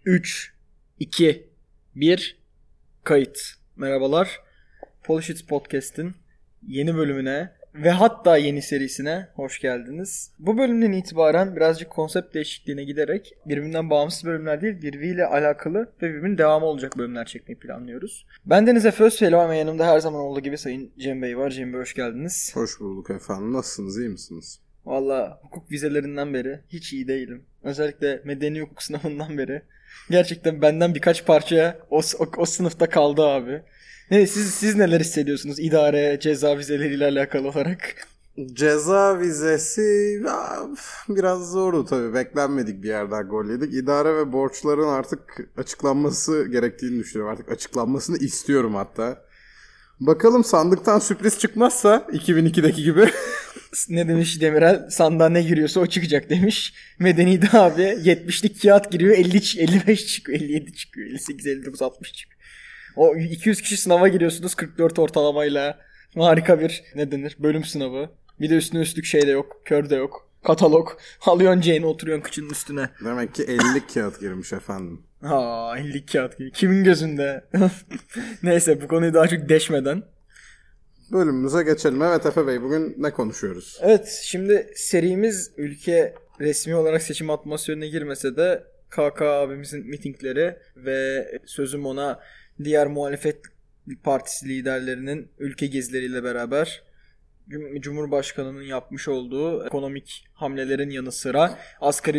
3, 2, 1, kayıt. Merhabalar. Polishits Podcast'in yeni bölümüne ve hatta yeni serisine hoş geldiniz. Bu bölümden itibaren birazcık konsept değişikliğine giderek birbirinden bağımsız bölümler değil, birbiriyle alakalı ve birbirinin devamı olacak bölümler çekmeyi planlıyoruz. Ben Deniz Efe Özfeloğan ve yanımda her zaman olduğu gibi Sayın Cem Bey var. Cem Bey hoş geldiniz. Hoş bulduk efendim. Nasılsınız? İyi misiniz? Valla hukuk vizelerinden beri hiç iyi değilim. Özellikle medeni hukuk sınavından beri. Gerçekten benden birkaç parça o sınıfta kaldı abi. Ne, siz neler hissediyorsunuz idare, ceza vizeleriyle alakalı olarak? Ceza vizesi biraz zordu tabii. Beklenmedik bir yerden gol yedik. İdare ve borçların artık açıklanması gerektiğini düşünüyorum. Artık açıklanmasını istiyorum hatta. Bakalım sandıktan sürpriz çıkmazsa 2002'deki gibi. Ne demiş Demirel? Sandığa ne giriyorsa o çıkacak demiş. Medeni'de abi 70'lik kağıt giriyor, 55 çıkıyor, 57 çıkıyor, 58, 59, 60 çıkıyor. O 200 kişi sınava giriyorsunuz 44 ortalamayla. Harika bir bölüm sınavı. Bir de üstüne üstlük şey de yok, kör de yok. Katalog. Alıyorsun C'ni, oturuyorsun kıçının üstüne. Demek ki 50'lik kağıt girmiş efendim. 50'lik kağıt giriyor. Kimin gözünde? Neyse, bu konuyu daha çok deşmeden bölümümüze geçelim. Evet Efe Bey, bugün ne konuşuyoruz? Evet, şimdi serimiz ülke resmi olarak seçim atmosferine girmese de KK abimizin mitingleri ve sözüm ona diğer muhalefet partisi liderlerinin ülke gezileriyle beraber Cumhurbaşkanı'nın yapmış olduğu ekonomik hamlelerin yanı sıra asgari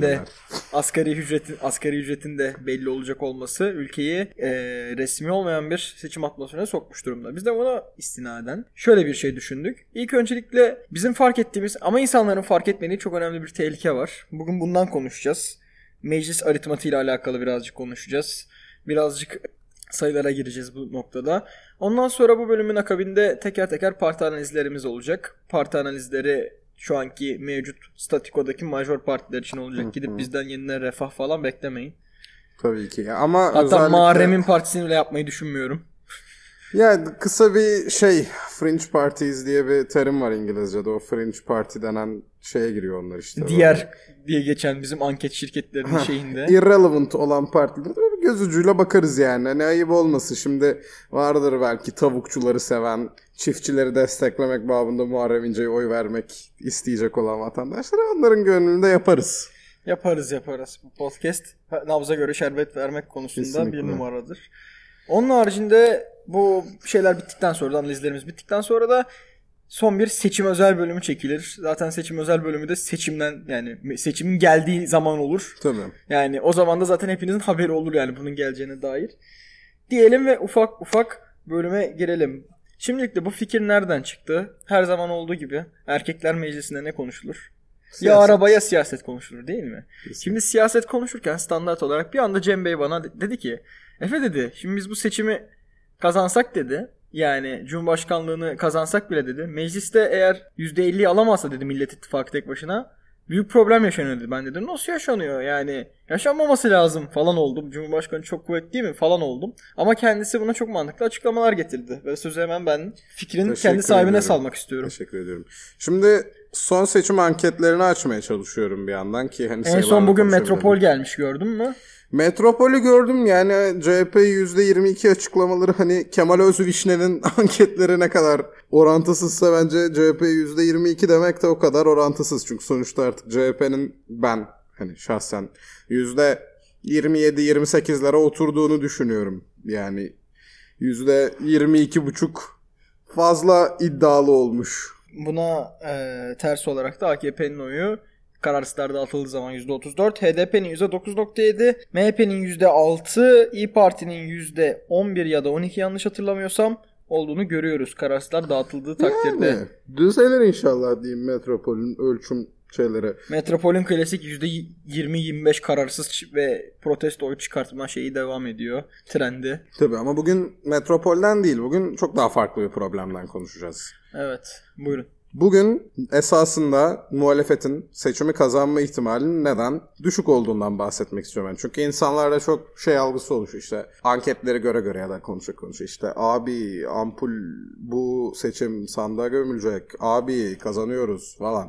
ücretin de belli olacak olması ülkeyi resmi olmayan bir seçim atmosferine sokmuş durumda. Biz de buna istinaden şöyle bir şey düşündük. İlk öncelikle bizim fark ettiğimiz ama insanların fark etmediği çok önemli bir tehlike var. Bugün bundan konuşacağız. Meclis aritmatiğiyle alakalı birazcık konuşacağız. Birazcık sayılara gireceğiz bu noktada. Ondan sonra bu bölümün akabinde teker teker parti analizlerimiz olacak. Parti analizleri şu anki mevcut statükodaki major partiler için olacak. Gidip bizden yeniden Refah falan beklemeyin. Tabii ki. Ama hatta özellikle Muharrem'in partisini bile yapmayı düşünmüyorum. Ya kısa bir fringe parties diye bir terim var İngilizce'de. O fringe party denen şeye giriyor onlar işte. Diğer diye geçen bizim anket şirketlerinin şeyinde. Irrelevant olan partilere bir göz ucuyla bakarız yani. Hani ayıp olmasın. Şimdi vardır belki tavukçuları seven, çiftçileri desteklemek babında Muharrem İnce'ye oy vermek isteyecek olan vatandaşlara onların gönlünde yaparız. Yaparız. Bu podcast nabza göre şerbet vermek konusunda kesinlikle bir numaradır. Onun haricinde bu şeyler bittikten sonra, analizlerimiz bittikten sonra da son bir seçim özel bölümü çekilir. Zaten seçim özel bölümü de seçimin geldiği zaman olur. Tabii. Yani o zaman da zaten hepinizin haberi olur yani bunun geleceğine dair. Diyelim ve ufak ufak bölüme girelim. Şimdilik de bu fikir nereden çıktı? Her zaman olduğu gibi Erkekler Meclisi'nde ne konuşulur? Siyaset. Ya araba ya siyaset konuşulur değil mi? Kesinlikle. Şimdi siyaset konuşurken standart olarak bir anda Cem Bey bana dedi ki Efe dedi, şimdi biz bu seçimi kazansak dedi, yani Cumhurbaşkanlığını kazansak bile dedi, mecliste eğer %50'yi alamazsa dedi Millet İttifakı tek başına büyük problem yaşanıyor dedi. Ben dedim nasıl yaşanıyor, yani yaşanmaması lazım falan oldum. Cumhurbaşkanı çok kuvvetli değil mi falan oldum. Ama kendisi buna çok mantıklı açıklamalar getirdi. Ve sözü hemen ben fikrin kendi sahibine salmak istiyorum. Teşekkür ediyorum. Şimdi son seçim anketlerini açmaya çalışıyorum bir yandan ki hani en son bugün Metropol gelmiş, gördün mü? Metropol'ü gördüm yani CHP %22 açıklamaları hani Kemal Özvişne'nin anketleri ne kadar orantısızsa bence CHP %22 demek de o kadar orantısız. Çünkü sonuçta artık CHP'nin ben hani şahsen %27-28'lere oturduğunu düşünüyorum. Yani %22,5 fazla iddialı olmuş. Buna ters olarak da AKP'nin oyu kararsızlarda atıldığı zaman %34, HDP'nin %9.7, MHP'nin %6, İYİ Parti'nin %11 ya da 12 yanlış hatırlamıyorsam olduğunu görüyoruz kararsızlar dağıtıldığı takdirde. Yani düzelir inşallah diyeyim Metropol'ün ölçüm şeyleri. Metropol'ün klasik %20-25 kararsız ve protesto oy çıkartma şeyi devam ediyor. Trendi. Tabii ama bugün Metropol'den değil, bugün çok daha farklı bir problemden konuşacağız. Evet, buyurun. Bugün esasında muhalefetin seçimi kazanma ihtimalinin neden düşük olduğundan bahsetmek istiyorum ben. Çünkü insanlarda çok algısı oluşuyor işte anketleri göre ya da konuşa işte abi ampul bu seçim sandığa gömülecek, abi kazanıyoruz falan.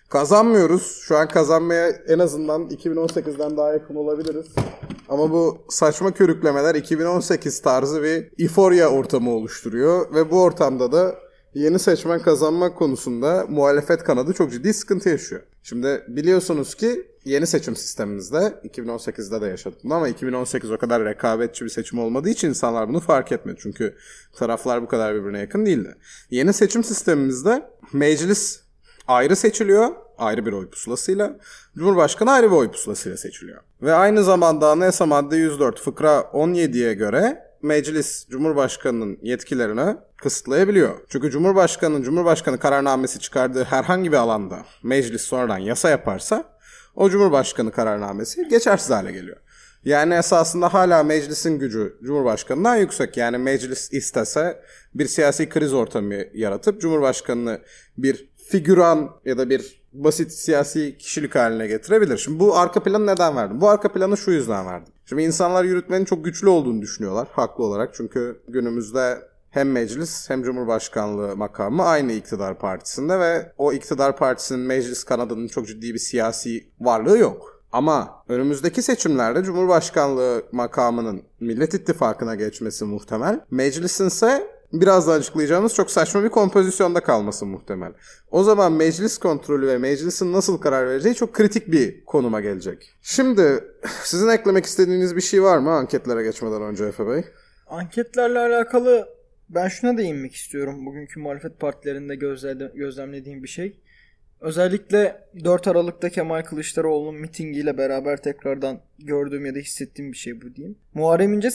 Kazanmıyoruz. Şu an kazanmaya en azından 2018'den daha yakın olabiliriz. Ama bu saçma körüklemeler 2018 tarzı bir iforya ortamı oluşturuyor. Ve bu ortamda da yeni seçmen kazanmak konusunda muhalefet kanadı çok ciddi sıkıntı yaşıyor. Şimdi biliyorsunuz ki yeni seçim sistemimizde 2018'de de yaşadık bunu ama 2018 o kadar rekabetçi bir seçim olmadığı için insanlar bunu fark etmedi. Çünkü taraflar bu kadar birbirine yakın değildi. Yeni seçim sistemimizde meclis ayrı seçiliyor, ayrı bir oy pusulasıyla. Cumhurbaşkanı ayrı bir oy pusulasıyla seçiliyor. Ve aynı zamanda Anayasa madde 104 fıkra 17'ye göre meclis Cumhurbaşkanı'nın yetkilerini kısıtlayabiliyor. Çünkü Cumhurbaşkanı kararnamesi çıkardığı herhangi bir alanda meclis sonradan yasa yaparsa o Cumhurbaşkanı kararnamesi geçersiz hale geliyor. Yani esasında hala meclisin gücü Cumhurbaşkanı'ndan yüksek. Yani meclis istese bir siyasi kriz ortamı yaratıp Cumhurbaşkanı'nı bir figüran ya da bir basit siyasi kişilik haline getirebilir. Şimdi bu arka planı neden verdim? Bu arka planı şu yüzden verdim. Şimdi insanlar yürütmenin çok güçlü olduğunu düşünüyorlar haklı olarak. Çünkü günümüzde hem meclis hem cumhurbaşkanlığı makamı aynı iktidar partisinde ve o iktidar partisinin meclis kanadının çok ciddi bir siyasi varlığı yok. Ama önümüzdeki seçimlerde Cumhurbaşkanlığı makamının Millet İttifakı'na geçmesi muhtemel. Meclisin ise birazdan açıklayacağımız çok saçma bir kompozisyonda kalması muhtemel. O zaman meclis kontrolü ve meclisin nasıl karar vereceği çok kritik bir konuma gelecek. Şimdi sizin eklemek istediğiniz bir şey var mı anketlere geçmeden önce Efe Bey? Anketlerle alakalı ben şuna değinmek istiyorum. Bugünkü muhalefet partilerinde gözlemlediğim bir şey. Özellikle 4 Aralık'ta Kemal Kılıçdaroğlu'nun mitingiyle beraber tekrardan gördüğüm ya da hissettiğim bir şey bu diyeyim. Muharrem İnce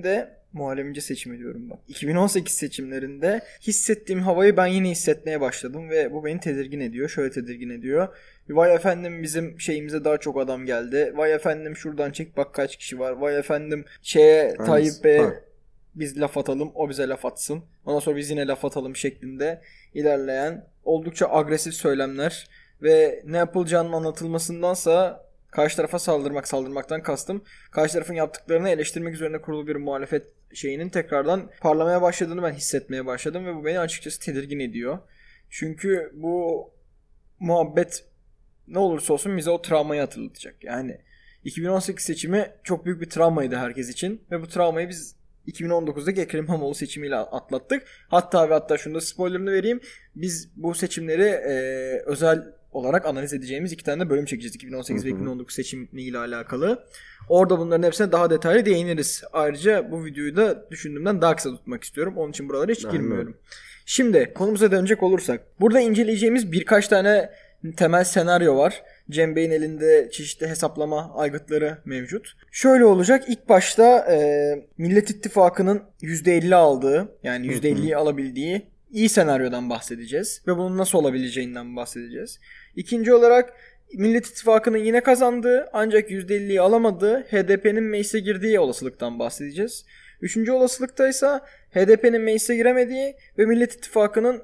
seçimi diyorum bak. 2018 seçimlerinde hissettiğim havayı ben yine hissetmeye başladım ve bu beni tedirgin ediyor. Şöyle tedirgin ediyor. Vay efendim bizim şeyimize daha çok adam geldi. Vay efendim şuradan çek bak kaç kişi var. Vay efendim Tayyip Bey'e biz laf atalım o bize laf atsın. Ondan sonra biz yine laf atalım şeklinde ilerleyen oldukça agresif söylemler ve ne yapılacağının anlatılmasındansa karşı tarafa saldırmaktan kastım. Karşı tarafın yaptıklarını eleştirmek üzerine kurulu bir muhalefet şeyinin tekrardan parlamaya başladığını ben hissetmeye başladım ve bu beni açıkçası tedirgin ediyor. Çünkü bu muhabbet ne olursa olsun bize o travmayı hatırlatacak. Yani 2018 seçimi çok büyük bir travmaydı herkes için ve bu travmayı biz 2019'daki Ekrem İmamoğlu seçimiyle atlattık. Hatta şunu da spoilerını vereyim. Biz bu seçimleri özel olarak analiz edeceğimiz 2 tane de bölüm çekeceğiz. 2018 ve 2019 seçimiyle alakalı. Orada bunların hepsine daha detaylı değiniriz. Ayrıca bu videoyu da düşündüğümden daha kısa tutmak istiyorum. Onun için buralara hiç girmiyorum. Şimdi konumuza dönecek olursak. Burada inceleyeceğimiz birkaç tane temel senaryo var. Cem Bey'in elinde çeşitli hesaplama aygıtları mevcut. Şöyle olacak. İlk başta Millet İttifakı'nın %50 aldığı yani %50'yi alabildiği iyi senaryodan bahsedeceğiz. Ve bunun nasıl olabileceğinden bahsedeceğiz. İkinci olarak Millet İttifakı'nın yine kazandığı ancak %50'yi alamadığı HDP'nin meclise girdiği olasılıktan bahsedeceğiz. Üçüncü olasılıkta ise HDP'nin meclise giremediği ve Millet İttifakı'nın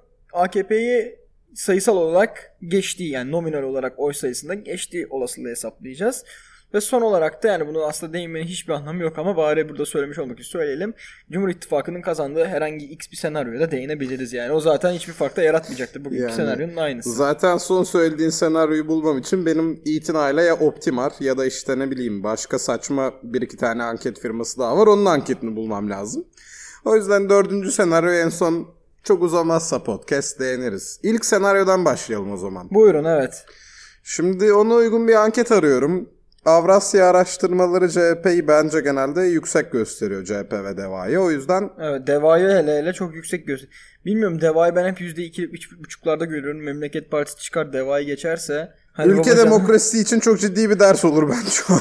AKP'yi sayısal olarak geçtiği yani nominal olarak oy sayısında geçtiği olasılığı hesaplayacağız. Ve son olarak da yani bunu aslında değinmenin hiçbir anlamı yok ama bari burada söylemiş olmak için söyleyelim. Cumhur İttifakı'nın kazandığı herhangi X bir senaryoya da değinebiliriz yani. O zaten hiçbir fark da yaratmayacaktır. Bugünkü yani, senaryonun aynısı. Zaten son söylediğin senaryoyu bulmam için benim itinayla ya Optimar ya da işte ne bileyim başka saçma bir iki tane anket firması daha var. Onun anketini bulmam lazım. O yüzden 4. senaryoya en son çok uzamazsa podcast değiniriz. İlk senaryodan başlayalım o zaman. Buyurun evet. Şimdi ona uygun bir anket arıyorum. Avrasya Araştırmaları CHP'yi bence genelde yüksek gösteriyor CHP ve DEVA'yı. O yüzden... Evet DEVA'yı hele çok yüksek gösteriyor. Bilmiyorum DEVA'yı ben hep %2-3,5'larda görüyorum. Memleket Partisi çıkar DEVA'yı geçerse... Ülke demokrasisi için çok ciddi bir ders olur bence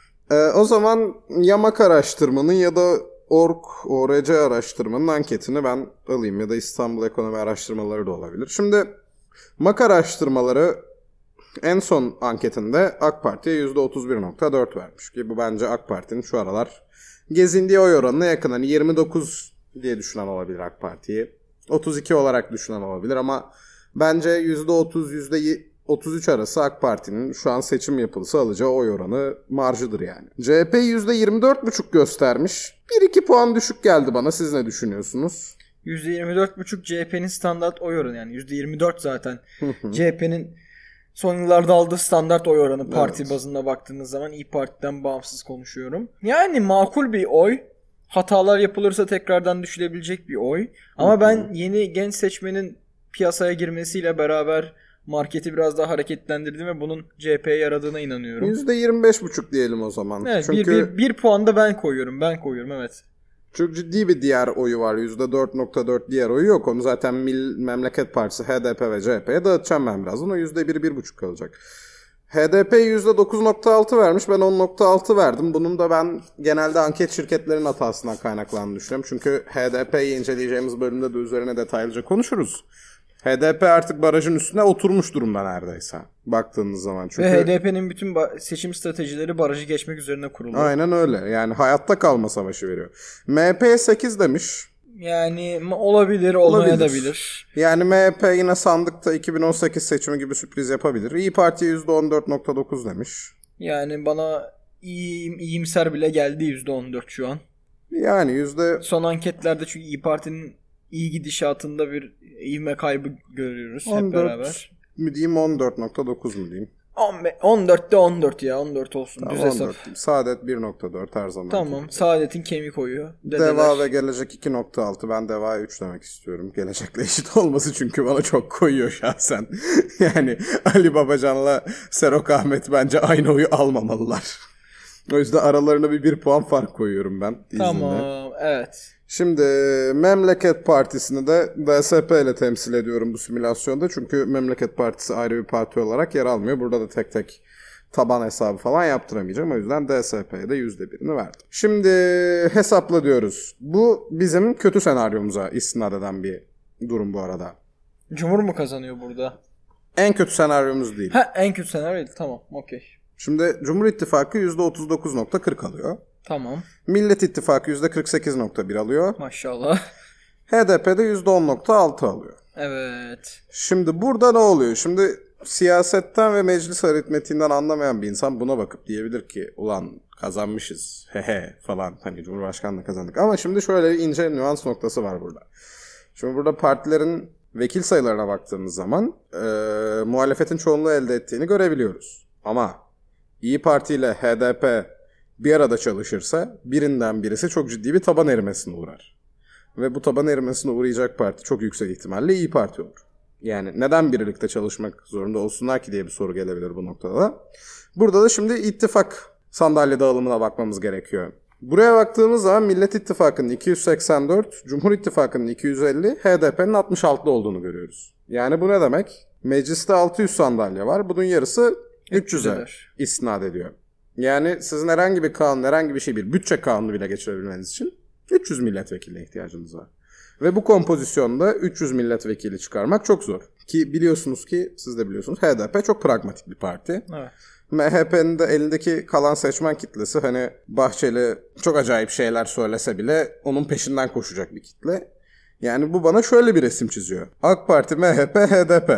o zaman ya MAK araştırmanın ya da ORC araştırmanın anketini ben alayım ya da İstanbul Ekonomi Araştırmaları da olabilir. Şimdi MAK araştırmaları en son anketinde AK Parti'ye %31.4 vermiş ki bu bence AK Parti'nin şu aralar gezindiği oy oranına yakın. Hani 29 diye düşünen olabilir AK Parti'yi. 32 olarak düşünen olabilir ama bence %30, %33 arası AK Parti'nin şu an seçim yapılsa alacağı oy oranı marjıdır yani. CHP %24.5 göstermiş. 1-2 puan düşük geldi bana. Siz ne düşünüyorsunuz? %24.5 CHP'nin standart oy oranı yani. %24 zaten CHP'nin son yıllarda aldığı standart oy oranı parti Evet. bazında baktığınız zaman İYİ Parti'den bağımsız konuşuyorum. Yani makul bir oy. Hatalar yapılırsa tekrardan düşülebilecek bir oy. Ama ben yeni genç seçmenin piyasaya girmesiyle beraber marketi biraz daha hareketlendirdim ve bunun CHP'ye yaradığına inanıyorum. %25,5 diyelim o zaman. Evet, Çünkü bir puan da ben koyuyorum. Ben koyuyorum, evet. çok ciddi bir diğer oyu var. %4,4 diğer oyu yok. Onu zaten Memleket Partisi, HDP ve CHP'ye dağıtacağım ben birazdan. O %1,5 kalacak. HDP %9,6 vermiş. Ben 10,6 verdim. Bunun da ben genelde anket şirketlerinin hatasından kaynaklandığını düşünüyorum. Çünkü HDP'yi inceleyeceğimiz bölümde de üzerine detaylıca konuşuruz. HDP artık barajın üstüne oturmuş durumda neredeyse. Baktığınız zaman. Çünkü Ve HDP'nin bütün seçim stratejileri barajı geçmek üzerine kurulu. aynen öyle. Yani hayatta kalma savaşı veriyor. MHP 8 demiş. Yani olabilir, olmayabilir. Yani MHP yine sandıkta 2018 seçimi gibi sürpriz yapabilir. İYİ Parti %14,9 demiş. Yani bana iyimser bile geldi %14 şu an. Yani Son anketlerde çünkü İYİ Parti'nin iyi gidişatında bir ivme kaybı görüyoruz hep 14 beraber. mi diyeyim 14,9 mu diyeyim? 14'te 14 ya, 14 olsun, Tamam, düz 14 hesap. diyeyim. Saadet 1,4 her zaman. Tamam, Saadet'in kemik oyu. Deva ve Gelecek 2,6. Ben Deva'ya 3 demek istiyorum. Gelecek'le eşit olması çünkü bana çok koyuyor şahsen. Yani Ali Babacan'la Serok Ahmet bence aynı oyu almamalılar. O yüzden aralarına bir puan fark koyuyorum ben. İzninle. Tamam, evet. Şimdi Memleket Partisi'ni de DSP ile temsil ediyorum bu simülasyonda. Çünkü Memleket Partisi ayrı bir parti olarak yer almıyor. Burada da tek tek taban hesabı falan yaptıramayacağım. O yüzden DSP'ye de %1'ini verdim. Şimdi hesapla diyoruz. Bu bizim kötü senaryomuza istinad eden bir durum bu arada. Cumhur mu kazanıyor burada? En kötü senaryomuz değil. En kötü senaryo, tamam, okey. Şimdi Cumhur İttifakı %39,40 alıyor. Tamam. Millet İttifakı %48,1 alıyor. Maşallah. HDP de %10,6 alıyor. Evet. Şimdi burada ne oluyor? Şimdi siyasetten ve meclis aritmetiğinden anlamayan bir insan buna bakıp diyebilir ki ulan kazanmışız hehe falan, hani Cumhurbaşkanlığı kazandık. Ama şimdi şöyle bir ince nüans noktası var burada. Şimdi burada partilerin vekil sayılarına baktığımız zaman muhalefetin çoğunluğu elde ettiğini görebiliyoruz. Ama İYİ Parti ile HDP bir arada çalışırsa birinden birisi çok ciddi bir taban erimesine uğrar. Ve bu taban erimesine uğrayacak parti çok yüksek ihtimalle İYİ Parti olur. Yani neden birlikte çalışmak zorunda olsunlar ki diye bir soru gelebilir bu noktada da. Burada da şimdi ittifak sandalye dağılımına bakmamız gerekiyor. Buraya baktığımız zaman Millet İttifakı'nın 284, Cumhur İttifakı'nın 250, HDP'nin 66'da olduğunu görüyoruz. Yani bu ne demek? Mecliste 600 sandalye var. Bunun yarısı 300'e istinad ediyor. Yani sizin herhangi bir kanun, herhangi bir şey, bir bütçe kanunu bile geçirebilmeniz için 300 milletvekiline ihtiyacınız var. Ve bu kompozisyonda 300 milletvekili çıkarmak çok zor. Ki biliyorsunuz ki, siz de biliyorsunuz, HDP çok pragmatik bir parti. Evet. MHP'nin de elindeki kalan seçmen kitlesi, hani Bahçeli çok acayip şeyler söylese bile onun peşinden koşacak bir kitle. Yani bu bana şöyle bir resim çiziyor. AK Parti, MHP, HDP.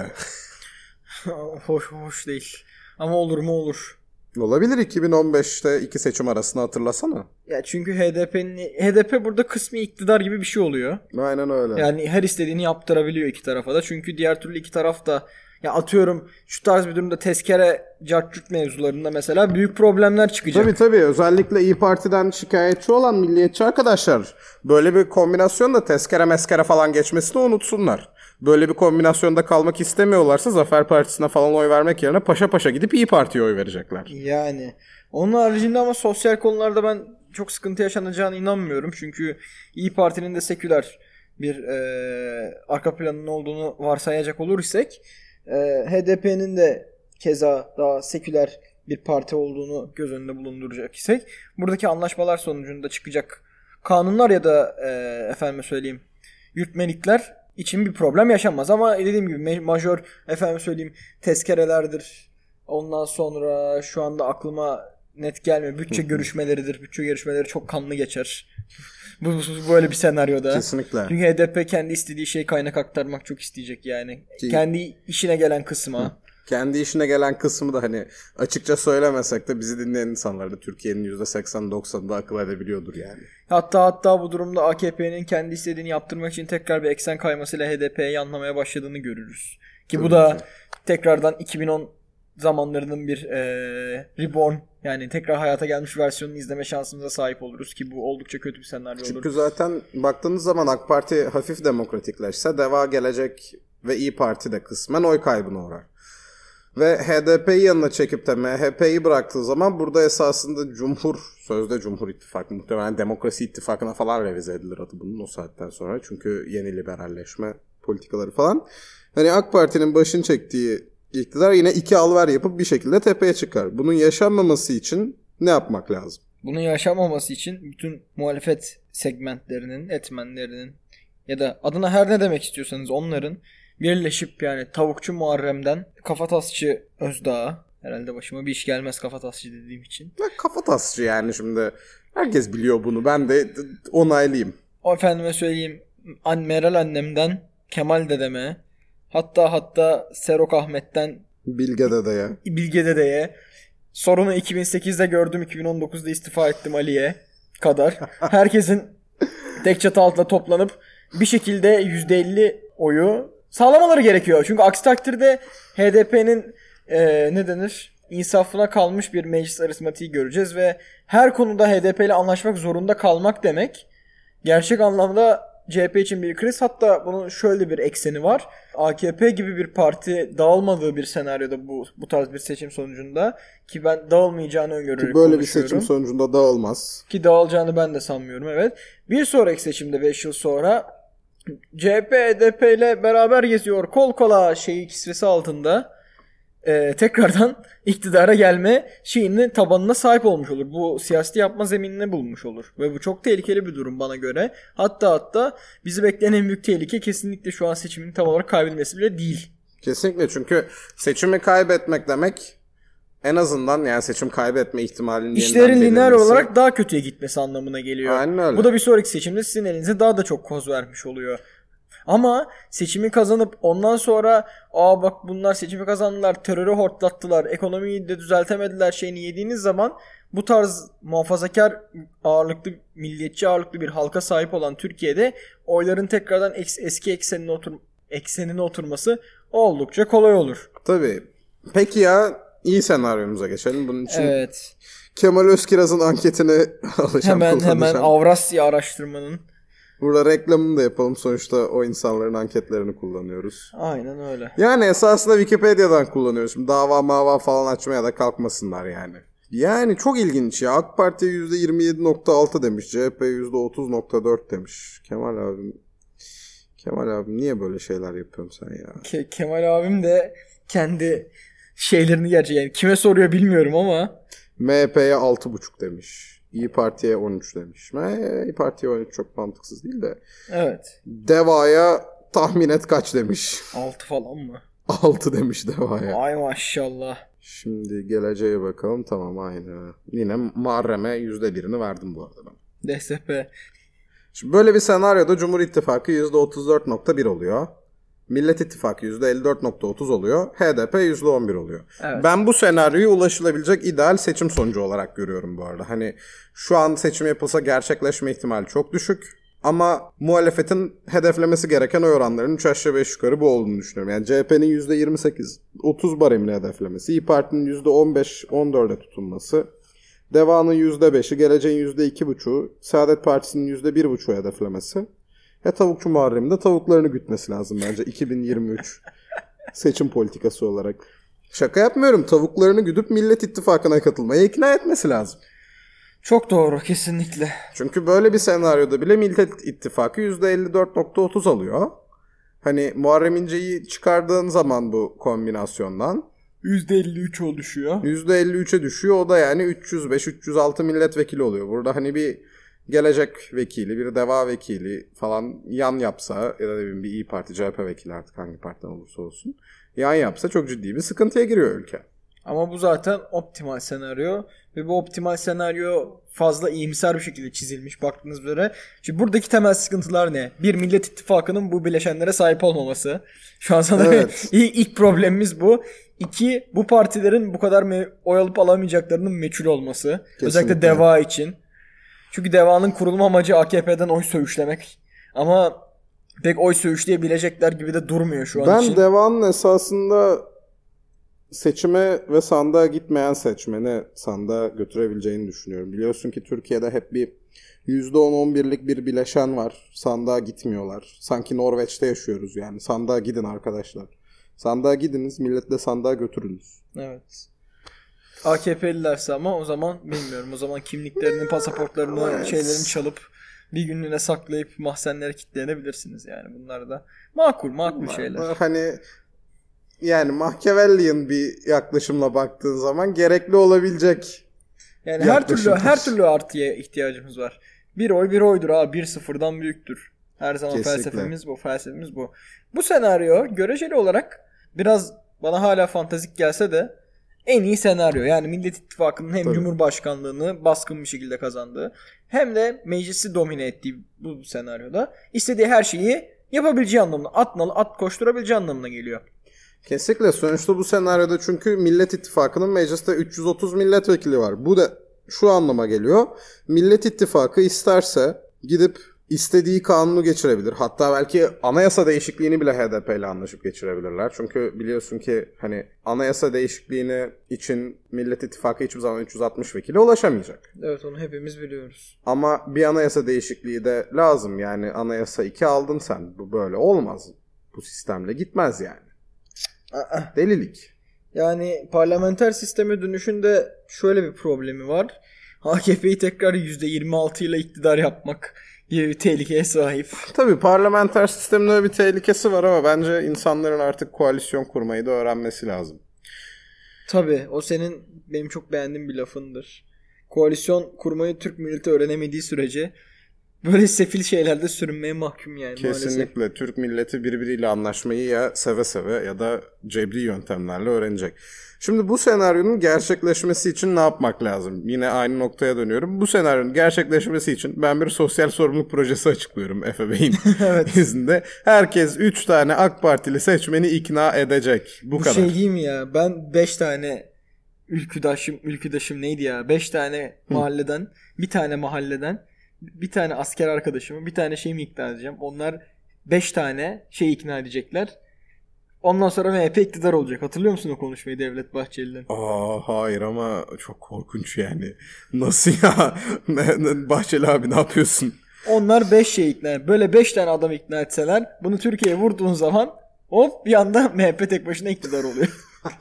Hoş değil. Ama olur mu olur. Olabilir, 2015'te iki seçim arasında hatırlasana. Ya çünkü HDP burada kısmi iktidar gibi bir şey oluyor. Aynen öyle. Yani her istediğini yaptırabiliyor iki tarafa da. Çünkü diğer türlü iki taraf da, ya atıyorum şu tarz bir durumda tezkere cartçut mevzularında mesela büyük problemler çıkacak. Tabii özellikle İYİ Parti'den şikayetçi olan milliyetçi arkadaşlar böyle bir kombinasyonda tezkere meskere falan geçmesini unutsunlar. Böyle bir kombinasyonda kalmak istemiyorlarsa Zafer Partisi'ne falan oy vermek yerine paşa paşa gidip İYİ Parti'ye oy verecekler. Yani onun haricinde ama sosyal konularda ben çok sıkıntı yaşanacağına inanmıyorum. Çünkü İYİ Parti'nin de seküler bir arka planının olduğunu varsayacak olursak, HDP'nin de keza daha seküler bir parti olduğunu göz önünde bulunduracak isek, buradaki anlaşmalar sonucunda çıkacak kanunlar ya da efendime söyleyeyim yürütmelikler için bir problem yaşanmaz. Ama dediğim gibi majör efendim söyleyeyim tezkerelerdir. Ondan sonra şu anda aklıma net gelmiyor. Bütçe görüşmeleridir. Bütçe görüşmeleri çok kanlı geçer. Bu böyle bir senaryoda. Kesinlikle. Çünkü HDP kendi istediği şeyi kaynak aktarmak çok isteyecek yani. Kendi işine gelen kısma. Kendi işine gelen kısmı da hani açıkça söylemesek de bizi dinleyen insanlar da Türkiye'nin %80-90'ında akıl edebiliyordur yani. Hatta bu durumda AKP'nin kendi istediğini yaptırmak için tekrar bir eksen kaymasıyla HDP'yi yanlamaya başladığını görürüz. Ki bu da tekrardan 2010 zamanlarının bir reborn, yani tekrar hayata gelmiş versiyonunu izleme şansımıza sahip oluruz ki bu oldukça kötü bir senaryo olur. Çünkü zaten baktığınız zaman AK Parti hafif demokratikleşse Deva, Gelecek ve İyi Parti de kısmen oy kaybına uğrar. Ve HDP'yi yanına çekip de MHP'yi bıraktığı zaman burada esasında sözde Cumhur İttifakı, muhtemelen Demokrasi İttifakı'na falan revize edilir adı bunun o saatten sonra. Çünkü yeni liberalleşme politikaları falan. Hani AK Parti'nin başını çektiği iktidar yine iki alver yapıp bir şekilde tepeye çıkar. Bunun yaşanmaması için ne yapmak lazım? Bunun yaşanmaması için bütün muhalefet segmentlerinin, etmenlerinin ya da adına her ne demek istiyorsanız onların birleşip, yani Tavukçu Muharrem'den Kafatasçı Özdağ'a, herhalde başıma bir iş gelmez Kafatasçı dediğim için. Kafatasçı yani, şimdi herkes biliyor bunu, ben de onaylayayım. O efendime söyleyeyim Meral annemden Kemal dedeme, hatta Serok Ahmet'ten Bilge dedeye, sorunu 2008'de gördüm 2019'da istifa ettim Ali'ye kadar herkesin tek çatı altında toplanıp bir şekilde %50 oyu sağlamaları gerekiyor. Çünkü aksi takdirde HDP'nin insafına kalmış bir meclis aritmatiği göreceğiz ve her konuda HDP ile anlaşmak zorunda kalmak demek gerçek anlamda CHP için bir kriz. Hatta bunun şöyle bir ekseni var. AKP gibi bir parti dağılmadığı bir senaryoda bu tarz bir seçim sonucunda, ki ben dağılmayacağını öngörerek konuşuyorum. Böyle bir seçim sonucunda dağılmaz. Ki dağılacağını ben de sanmıyorum, evet. Bir sonraki seçimde 5 yıl sonra CHP, HDP ile beraber geziyor kol kola kisvesi altında tekrardan iktidara gelme tabanına sahip olmuş olur. Bu siyaseti yapma zeminini bulmuş olur. Ve bu çok tehlikeli bir durum bana göre. Hatta bizi bekleyen en büyük tehlike kesinlikle şu an seçimin tam olarak kaybedilmesi bile değil. Kesinlikle, çünkü seçimi kaybetmek demek en azından, yani seçim kaybetme ihtimalinin İşlerin lineer olarak daha kötüye gitmesi anlamına geliyor. Aynen öyle. Bu da bir sonraki seçimde sizin elinize daha da çok koz vermiş oluyor. Ama seçimi kazanıp ondan sonra bak bunlar seçimi kazandılar, terörü hortlattılar, ekonomiyi de düzeltemediler yediğiniz zaman bu tarz muhafazakar ağırlıklı, milliyetçi ağırlıklı bir halka sahip olan Türkiye'de oyların tekrardan eski eksenine oturması oldukça kolay olur. Tabii. Peki ya iyi senaryomuza geçelim. Bunun için evet. Kemal Özkiraz'ın anketini alacağım. Hemen Avrasya araştırmanın. Burada reklamını da yapalım. Sonuçta o insanların anketlerini kullanıyoruz. Aynen öyle. Yani esasında Wikipedia'dan kullanıyoruz. Şimdi dava falan açmaya da kalkmasınlar yani. Yani çok ilginç ya. AK Parti'ye %27.6 demiş. CHP %30.4 demiş. Kemal abim niye böyle şeyler yapıyorsun sen ya? Kemal abim de kendi şeylerini gerçekten yani kime soruyor bilmiyorum ama. MHP'ye 6.5 demiş. İyi Parti'ye 13 demiş. İyi Parti'ye 13 çok mantıksız değil de. Evet. Deva'ya tahmin et kaç demiş. 6 falan mı? 6 demiş Deva'ya. Ay maşallah. Şimdi geleceğe bakalım. Tamam, aynı. Yine Muharrem'e %1'ini verdim bu arada ben. DSP. Şimdi böyle bir senaryoda Cumhur İttifakı %34.1 oluyor. Millet İttifakı %54.30 oluyor. HDP %11 oluyor. Evet. Ben bu senaryoyu ulaşılabilecek ideal seçim sonucu olarak görüyorum bu arada. Hani şu an seçim yapılsa gerçekleşme ihtimali çok düşük. Ama muhalefetin hedeflemesi gereken oy oranlarının 3 aşağı 5 yukarı bu olduğunu düşünüyorum. Yani CHP'nin %28-30 baremini hedeflemesi, İYİ Parti'nin %15-14'e tutunması, Deva'nın %5'i, Geleceğin %2,5'u, Saadet Partisi'nin %1,5'u hedeflemesi. Tavukçu Muharrem'in de tavuklarını gütmesi lazım bence 2023 seçim politikası olarak. Şaka yapmıyorum. Tavuklarını güdüp Millet İttifakı'na katılmaya ikna etmesi lazım. Çok doğru, kesinlikle. Çünkü böyle bir senaryoda bile Millet İttifakı %54.30 alıyor. Hani Muharrem İnce'yi çıkardığın zaman bu kombinasyondan %53 oluşuyor. %53'e düşüyor. O da yani 305-306 milletvekili oluyor. Burada hani bir Gelecek vekili, bir Deva vekili falan yan yapsa ya da bir İYİ Parti, CHP vekili, artık hangi partiden olursa olsun yan yapsa çok ciddi bir sıkıntıya giriyor ülke. Ama bu zaten optimal senaryo ve bu optimal senaryo fazla iyimser bir şekilde çizilmiş baktığınız üzere. Şimdi buradaki temel sıkıntılar ne? Bir, Millet İttifakı'nın bu bileşenlere sahip olmaması. Şu an sana evet. ilk problemimiz bu. İki, bu partilerin bu kadar oy alıp alamayacaklarının meçhul olması. Kesinlikle. Özellikle Deva için. Çünkü Deva'nın kurulma amacı AKP'den oy söğüşlemek. Ama pek oy söğüşleyebilecekler gibi de durmuyor şu an için. Ben Deva'nın esasında seçime ve sandığa gitmeyen seçmeni sandığa götürebileceğini düşünüyorum. Biliyorsun ki Türkiye'de hep bir %10-11'lik bir bileşen var. Sandığa gitmiyorlar. Sanki Norveç'te yaşıyoruz yani. Sandığa gidin arkadaşlar. Sandığa gidiniz, milletle sandığa götürünüz. Evet. AKP'lilerse ama o zaman bilmiyorum. O zaman kimliklerini, pasaportlarını, Evet. şeylerini çalıp bir günlüğüne saklayıp mahzenlere kilitleyebilirsiniz yani. Bunlar da makul şeyler. Hani yani Machiavellian bir yaklaşımla baktığın zaman gerekli olabilecek. Yani Yaklaşım. her türlü artıya ihtiyacımız var. Bir oy bir oydur abi. 1-0'dan büyüktür. Her zaman Kesinlikle. felsefemiz bu. Bu senaryo göreceli olarak biraz bana hala fantastik gelse de en iyi senaryo. Yani Millet İttifakı'nın hem Tabii. Cumhurbaşkanlığını baskın bir şekilde kazandığı hem de meclisi domine ettiği bu senaryoda istediği her şeyi yapabileceği anlamına, at koşturabileceği anlamına geliyor. Kesinlikle. Sonuçta bu senaryoda çünkü Millet İttifakı'nın mecliste 330 milletvekili var. Bu da şu anlama geliyor. Millet İttifakı isterse gidip istediği kanunu geçirebilir. Hatta belki anayasa değişikliğini bile HDP ile anlaşıp geçirebilirler. Çünkü biliyorsun ki hani anayasa değişikliğini için Millet İttifakı hiçbir zaman 360 vekile ulaşamayacak. Evet, onu hepimiz biliyoruz. Ama bir anayasa değişikliği de lazım. Yani anayasa 2 aldın sen. Bu böyle olmaz. Bu sistemle gitmez yani. Delilik. Yani parlamenter sisteme dönüşünde şöyle bir problemi var. AKP'yi tekrar %26 ile iktidar yapmak gibi bir tehlikeye sahip. Tabii parlamenter sistemin öyle bir tehlikesi var ama bence insanların artık koalisyon kurmayı da öğrenmesi lazım. Tabii o benim çok beğendiğim bir lafındır. Koalisyon kurmayı Türk milleti öğrenemediği sürece böyle sefil şeylerde sürünmeye mahkum yani. Kesinlikle maalesef. Türk milleti birbiriyle anlaşmayı ya seve seve ya da cebri yöntemlerle öğrenecek. Şimdi bu senaryonun gerçekleşmesi için ne yapmak lazım? Yine aynı noktaya dönüyorum. Bu senaryonun gerçekleşmesi için ben bir sosyal sorumluluk projesi açıklıyorum Efe Bey'in Evet. izinde. Herkes 3 tane AK Partili seçmeni ikna edecek. Bu kadar. Şey değil mi ya? Ben 5 tane ülküdaşım neydi ya? 5 tane mahalleden, bir tane mahalleden, bir tane asker arkadaşımı, bir tane şeyimi ikna edeceğim. Onlar 5 tane şey ikna edecekler. Ondan sonra MHP iktidar olacak. Hatırlıyor musun o konuşmayı Devlet Bahçeli'den? Hayır ama çok korkunç yani. Nasıl ya? Bahçeli abi ne yapıyorsun? Onlar 5 şey ikna. Böyle 5 tane adam ikna etseler bunu Türkiye'ye vurduğun zaman hop bir anda MHP tek başına iktidar oluyor.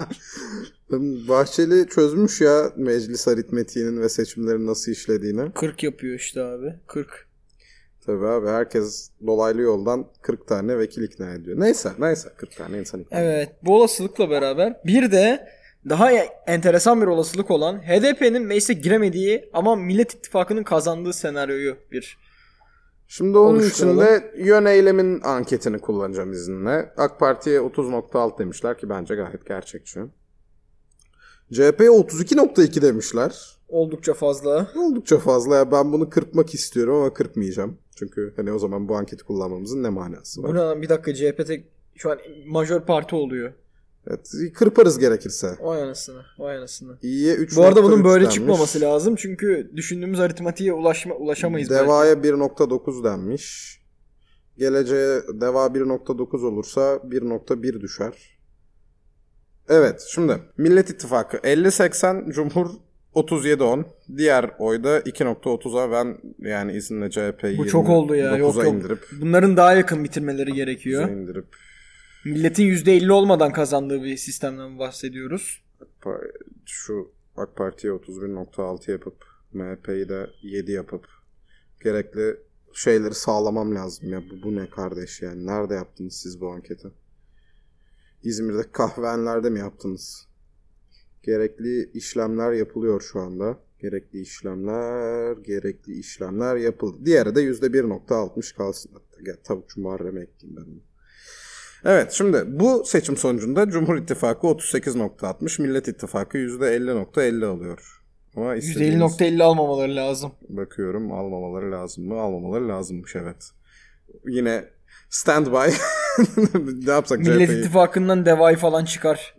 Bahçeli çözmüş ya meclis aritmetiğinin ve seçimlerin nasıl işlediğini. 40 yapıyor işte abi. 40. Tabii abi herkes dolaylı yoldan 40 tane vekil ikna ediyor. Neyse 40 tane insan ikna ediyor. Evet, bu olasılıkla beraber bir de daha enteresan bir olasılık olan HDP'nin meclise giremediği ama Millet İttifakı'nın kazandığı senaryoyu Şimdi onun için oluşturalım. de yön eylemin anketini kullanacağım izninle. AK Parti'ye 30.6 demişler ki bence gayet gerçekçi. CHP'ye 32.2 demişler. Oldukça fazla. Oldukça fazla. Ya ben bunu kırpmak istiyorum ama kırpmayacağım. Çünkü hani o zaman bu anketi kullanmamızın ne manası var? Buna bir dakika, CHP şu an majör parti oluyor. Evet, kırparız gerekirse. Vay anasını. İyiye 3.3 Bu arada bunun böyle denmiş. çıkmaması lazım çünkü düşündüğümüz aritmatiğe ulaşamayız belki. Deva'ya 1.9 denmiş. Geleceğe Deva 1.9 olursa 1.1 düşer. Evet şimdi Millet İttifakı 50-80, Cumhur 37-10. Diğer oyda 2.30'a ben yani izinle CHP'yi Bu çok oldu ya. Yok. indirip Bunların daha yakın bitirmeleri gerekiyor. 9'a indirip Milletin %50 olmadan kazandığı bir sistemden bahsediyoruz. şu AK Parti'ye 31.6 yapıp MHP'yi de 7 yapıp gerekli şeyleri sağlamam lazım ya. Bu ne kardeş yani? Nerede yaptınız siz bu anketi? İzmir'deki kahvehanelerde mi yaptınız? Gerekli işlemler yapılıyor şu anda. Gerekli işlemler yapıldı. Diğeri de %1.60 kalsın. Tavukçu Muharrem'e ekleyeyim ben onu. Evet şimdi bu seçim sonucunda Cumhur İttifakı 38.60, Millet İttifakı %50.50 alıyor. Ama %50.50 almamaları lazım. Bakıyorum almamaları lazım mı? Almamaları lazımmış evet. Yine standby. Ne yapsak Millet CHP'yi? İttifakı'ndan Deva'yı falan çıkar.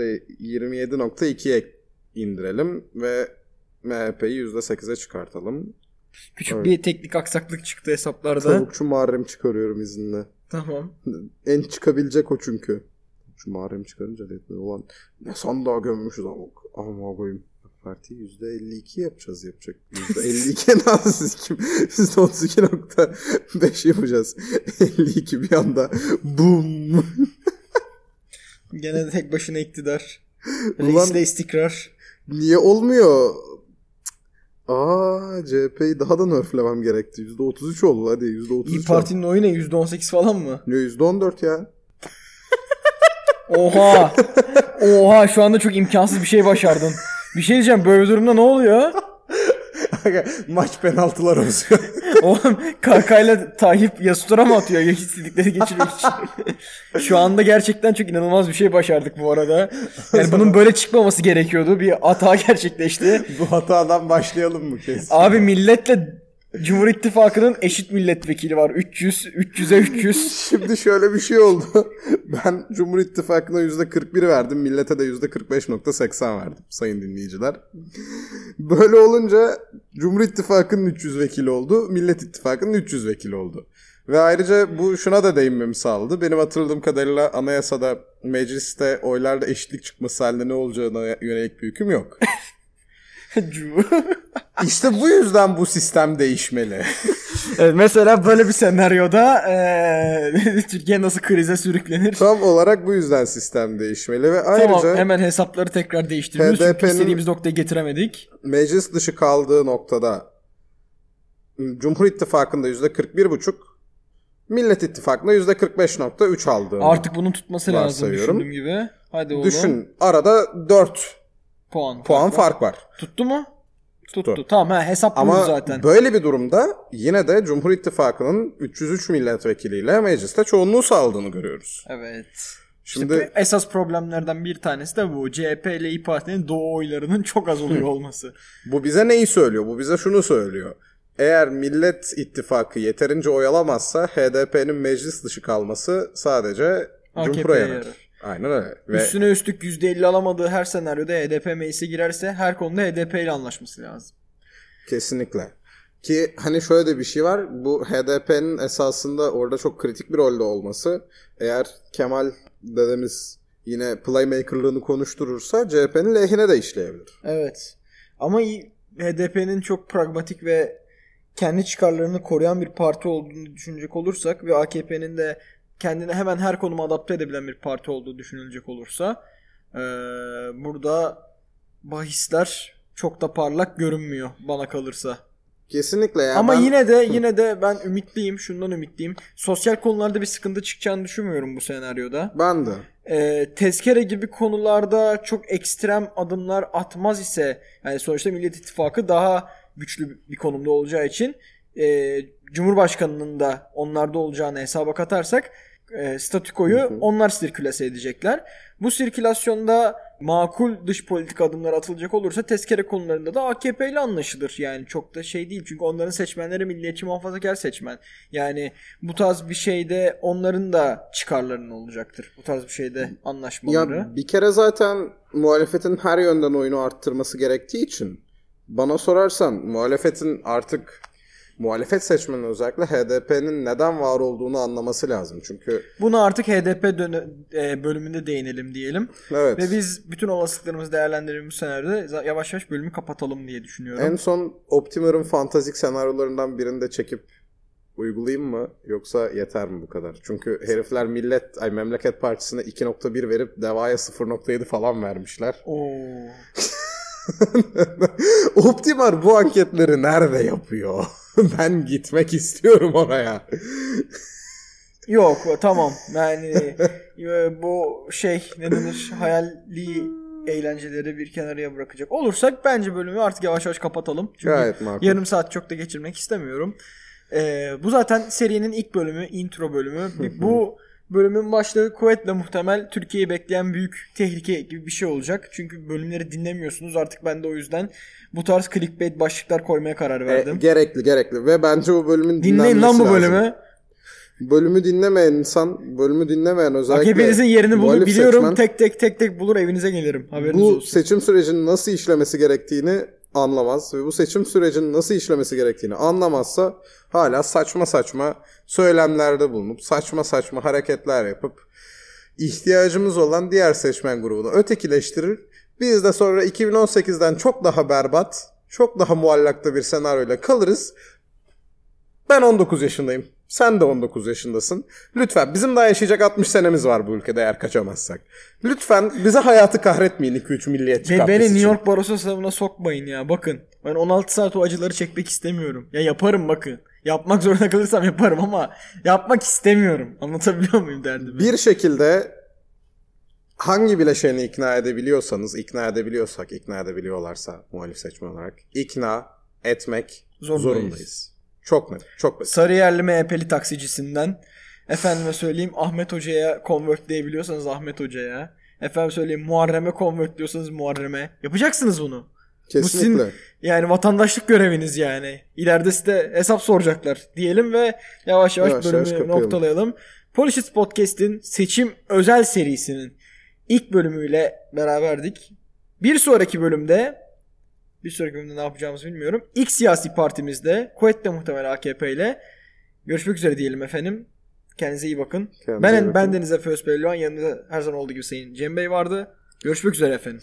%27.2'ye indirelim ve MHP'yi %8'e çıkartalım. Küçük Evet. bir teknik aksaklık çıktı hesaplarda. Tavukçu Muharrem çıkarıyorum izinle. Tamam. En çıkabilecek o çünkü. Şu mağarayı çıkarınca dedi ulan ne sandığa gömmüşüz ama koyayım. Partiyi %52 yapacağız yapacak. %52 nasıl siz kim? %32.5 yapacağız. 52 bir anda boom. Gene de tek başına iktidar. Ulan, Reisle istikrar. Niye olmuyor? CHP'yi daha da nerflemem gerekti. %33 oldu hadi %33. İYİ Parti'nin oyu ne? %18 falan mı? Ne %14 ya. Oha. Oha şu anda çok imkansız bir şey başardın. Bir şey diyeceğim, böyle durumda ne oluyor? Maç penaltılar olsun. Oğlum Kaka'yla Tayyip Yasutur'a mı atıyor ya istedikleri geçirmek için? Şu anda gerçekten çok inanılmaz bir şey başardık bu arada. Yani bunun böyle çıkmaması gerekiyordu. Bir hata gerçekleşti. Bu hatadan başlayalım mı kesin? Abi milletle Cumhur İttifakı'nın eşit milletvekili var. 300'e 300. Şimdi şöyle bir şey oldu. Ben Cumhur İttifakı'na %41 verdim. Millete de %45.80 verdim sayın dinleyiciler. Böyle olunca Cumhur İttifakı'nın 300 vekili oldu. Millet İttifakı'nın 300 vekili oldu. Ve ayrıca bu şuna da değinmemi sağladı. Benim hatırladığım kadarıyla anayasada mecliste oylarda eşitlik çıkması halinde ne olacağına yönelik bir hüküm yok. İşte bu yüzden bu sistem değişmeli. Evet, mesela böyle bir senaryoda Türkiye nasıl krize sürüklenir? Tam olarak bu yüzden sistem değişmeli ve ayrıca tamam, hemen hesapları tekrar değiştiriyoruz. Çünkü istediğimiz noktaya getiremedik. Meclis dışı kaldığı noktada Cumhur İttifakı'nda %41,5, Millet İttifakı'nda %45.3 aldığını artık bunun tutması lazım düşündüğüm gibi. Hadi oğlum. Düşün, arada 4 puan fark var. Tuttu mu? Tuttu. Tamam hesaplıyoruz ama zaten. Ama böyle bir durumda yine de Cumhur İttifakı'nın 303 milletvekiliyle mecliste çoğunluğu sağladığını görüyoruz. Evet. Şimdi İşte esas problemlerden bir tanesi de bu. CHP ile İYİ Parti'nin Doğu oylarının çok az oluyor olması. Bu bize neyi söylüyor? Bu bize şunu söylüyor. Eğer Millet İttifakı yeterince oy alamazsa HDP'nin meclis dışı kalması sadece Cumhur'a yarar. Aynen öyle. Üstüne üstlük %50 alamadığı her senaryoda HDP meclise girerse her konuda HDP ile anlaşması lazım. Kesinlikle. Ki hani şöyle de bir şey var. Bu HDP'nin esasında orada çok kritik bir rolde olması. Eğer Kemal dedemiz yine playmaker'lığını konuşturursa CHP'nin lehine de işleyebilir. Evet. Ama HDP'nin çok pragmatik ve kendi çıkarlarını koruyan bir parti olduğunu düşünecek olursak ve AKP'nin de kendine hemen her konuma adapte edebilen bir parti olduğu düşünülecek olursa burada bahisler çok da parlak görünmüyor bana kalırsa. Kesinlikle ya. Ama yine de ben ümitliyim. Şundan ümitliyim. Sosyal konularda bir sıkıntı çıkacağını düşünmüyorum bu senaryoda. Ben de. Tezkere gibi konularda çok ekstrem adımlar atmaz ise yani sonuçta Millet İttifakı daha güçlü bir konumda olacağı için Cumhurbaşkanının da onlarda olacağını hesaba katarsak statükoyu onlar sirkülase edecekler. Bu sirkülasyonda makul dış politik adımlar atılacak olursa tezkere konularında da AKP ile anlaşılır. Yani çok da şey değil çünkü onların seçmenleri milliyetçi muhafazakar seçmen. Yani bu tarz bir şeyde onların da çıkarlarının olacaktır. Bu tarz bir şeyde anlaşmaları. Ya bir kere zaten muhalefetin her yönden oyunu arttırması gerektiği için bana sorarsan muhalefetin artık muhalefet seçmenin özellikle HDP'nin neden var olduğunu anlaması lazım. Çünkü buna artık HDP bölümünde değinelim diyelim. Evet. Ve biz bütün olasılıklarımızı değerlendirelim bu senaryoda yavaş yavaş bölümü kapatalım diye düşünüyorum. En son Optimer'ın fantastik senaryolarından birini de çekip uygulayayım mı yoksa yeter mi bu kadar? Çünkü herifler Memleket Partisi'ne 2.1 verip Deva'ya 0.7 falan vermişler. Oo. Optimer bu anketleri nerede yapıyor? Ben gitmek istiyorum oraya. Yok tamam yani bu ne denir hayali eğlenceleri bir kenara bırakacak olursak bence bölümü artık yavaş yavaş kapatalım. Çünkü yarım saat çok da geçirmek istemiyorum. Bu zaten serinin ilk bölümü, intro bölümü. Bu bölümün başlığı kuvvetle muhtemel Türkiye'yi bekleyen büyük tehlike gibi bir şey olacak. Çünkü bölümleri dinlemiyorsunuz. Artık ben de o yüzden bu tarz clickbait başlıklar koymaya karar verdim. Gerekli ve bence bu bölümün dinleyin lan bu lazım. Bölümü. Bölümü dinlemeyen özellikle AKP'nizin yerini bulur biliyorum. Seçmen, tek bulur evinize gelirim. Haberiniz olsun. Bu seçim sürecinin nasıl işlemesi gerektiğini anlamaz ve bu seçim sürecinin nasıl işlemesi gerektiğini anlamazsa hala saçma söylemlerde bulunup saçma hareketler yapıp ihtiyacımız olan diğer seçmen grubunu ötekileştirir. Biz de sonra 2018'den çok daha berbat, çok daha muallakta bir senaryoyla kalırız. Ben 19 yaşındayım. Sen de 19 yaşındasın. Lütfen bizim daha yaşayacak 60 senemiz var bu ülkede eğer kaçamazsak. Lütfen bize hayatı kahretmeyin 2-3 milliyetçi kapris Beni için. New York Barosu sınavına sokmayın ya. Bakın ben 16 saat o acıları çekmek istemiyorum. Ya yaparım bakın. Yapmak zorunda kalırsam yaparım ama yapmak istemiyorum. Anlatabiliyor muyum derdimi? Bir şekilde hangi bileşeni ikna edebiliyorsanız, ikna edebiliyorlarsa muhalif seçmen olarak ikna etmek zorundayız. Çok net, çok basit. Sarıyerli MHP'li taksicisinden efendime söyleyeyim Ahmet Hoca'ya convert diyebiliyorsanız Ahmet Hoca'ya. Efendim söyleyeyim Muharrem'e convert diyorsanız Muharrem'e. Yapacaksınız bunu. Kesinlikle. Bu sizin yani vatandaşlık göreviniz yani. İleride size hesap soracaklar diyelim ve yavaş yavaş bölümü noktalayalım. Politics Podcast'in seçim özel serisinin ilk bölümüyle beraberdik. Bir sonraki bölümde ne yapacağımızı bilmiyorum. İlk siyasi partimizde kuvvetle muhtemel AKP ile görüşmek üzere diyelim efendim. Kendinize iyi bakın. Ben Deniz Efe Özpehlivan. Yanında her zaman olduğu gibi Sayın Cem Bey vardı. Görüşmek üzere efendim.